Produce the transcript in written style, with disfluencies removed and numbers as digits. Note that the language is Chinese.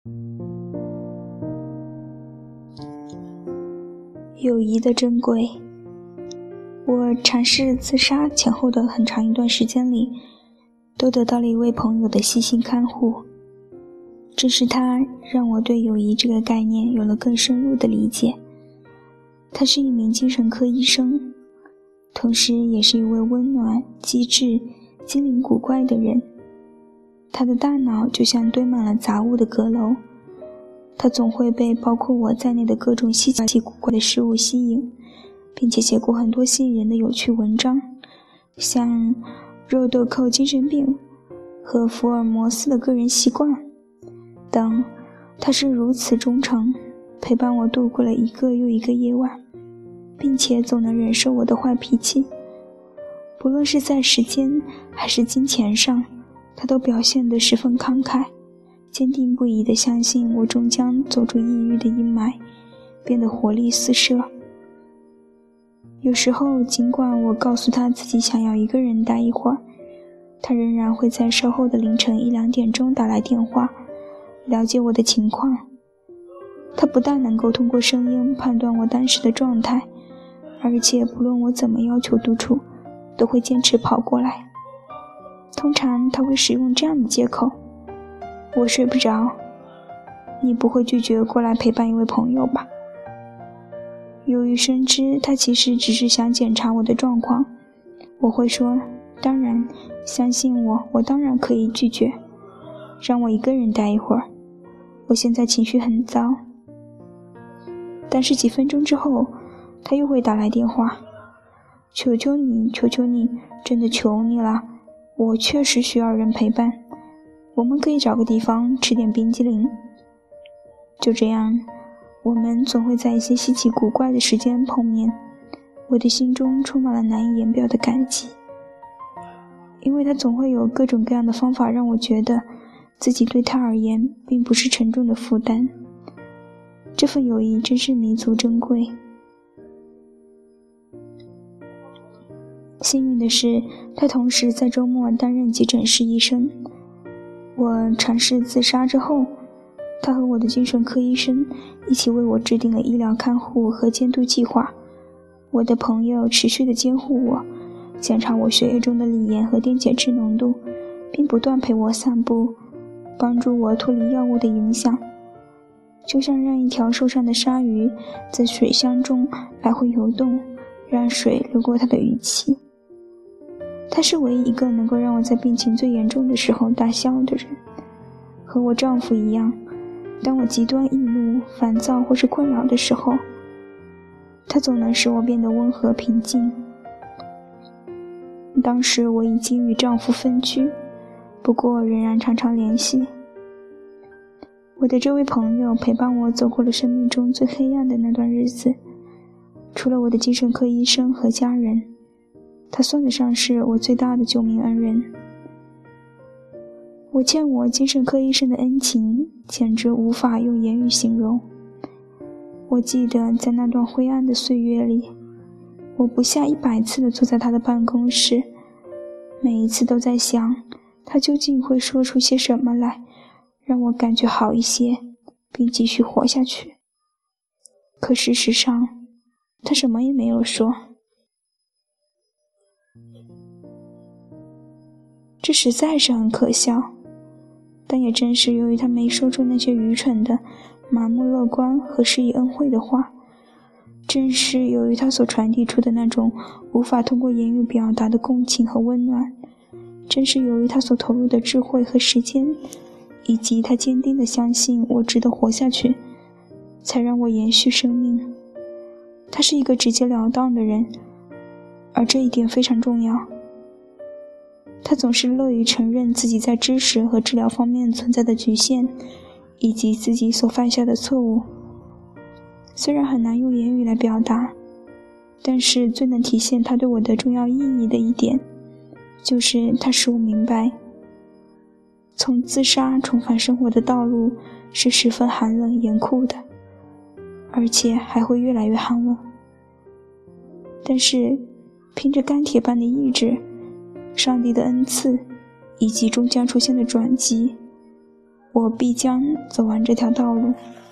友谊的珍贵。我尝试自杀前后的很长一段时间里，都得到了一位朋友的悉心看护。正是他让我对友谊这个概念有了更深入的理解。他是一名精神科医生，同时也是一位温暖、机智、精灵古怪的人。他的大脑就像堆满了杂物的阁楼，他总会被包括我在内的各种稀奇古怪的事物吸引，并且写过很多吸引人的有趣文章，像肉豆蔻精神病和福尔摩斯的个人习惯等。他是如此忠诚，陪伴我度过了一个又一个夜晚，并且总能忍受我的坏脾气。不论是在时间还是金钱上，他都表现得十分慷慨，坚定不移地相信我终将走出抑郁的阴霾，变得活力四射。有时候尽管我告诉他自己想要一个人待一会儿，他仍然会在稍后的凌晨1-2点钟打来电话，了解我的情况。他不但能够通过声音判断我当时的状态，而且不论我怎么要求独处，都会坚持跑过来。通常他会使用这样的借口：我睡不着，你不会拒绝过来陪伴一位朋友吧？由于深知他其实只是想检查我的状况，我会说，当然，相信我，我当然可以拒绝，让我一个人待一会儿，我现在情绪很糟。但是几分钟之后，他又会打来电话，求求你，求求你，真的求你了，我确实需要人陪伴，我们可以找个地方吃点冰激凌。就这样，我们总会在一些稀奇古怪的时间碰面，我的心中充满了难以言表的感激，因为他总会有各种各样的方法让我觉得自己对他而言并不是沉重的负担。这份友谊真是弥足珍贵。幸运的是，他同时在周末担任急诊室医生。我尝试自杀之后，他和我的精神科医生一起为我制定了医疗看护和监督计划。我的朋友持续地监护我，检查我血液中的锂盐和电解质浓度，并不断陪我散步，帮助我脱离药物的影响，就像让一条受伤的鲨鱼在水箱中来回游动，让水流过它的鱼鳍。他是唯一一个能够让我在病情最严重的时候大笑的人。和我丈夫一样，当我极端易怒、烦躁或是困扰的时候，他总能使我变得温和平静。当时我已经与丈夫分居，不过仍然常常联系。我的这位朋友陪伴我走过了生命中最黑暗的那段日子，除了我的精神科医生和家人，他算得上是我最大的救命恩人。我欠我精神科医生的恩情简直无法用言语形容。我记得在那段灰暗的岁月里，我不下100次地坐在他的办公室，每一次都在想，他究竟会说出些什么来，让我感觉好一些，并继续活下去。可事实上，他什么也没有说。这实在是很可笑，但也正是由于他没说出那些愚蠢的、盲目乐观和施以恩惠的话，正是由于他所传递出的那种无法通过言语表达的共情和温暖，正是由于他所投入的智慧和时间，以及他坚定地相信我值得活下去，才让我延续生命。他是一个直截了当的人，而这一点非常重要。他总是乐于承认自己在知识和治疗方面存在的局限，以及自己所犯下的错误。虽然很难用言语来表达，但是最能体现他对我的重要意义的一点，就是他使我明白，从自杀重返生活的道路是十分寒冷严酷的，而且还会越来越寒冷。但是凭着钢铁般的意志，上帝的恩赐以及终将出现的转机， 我必将走完这条道路。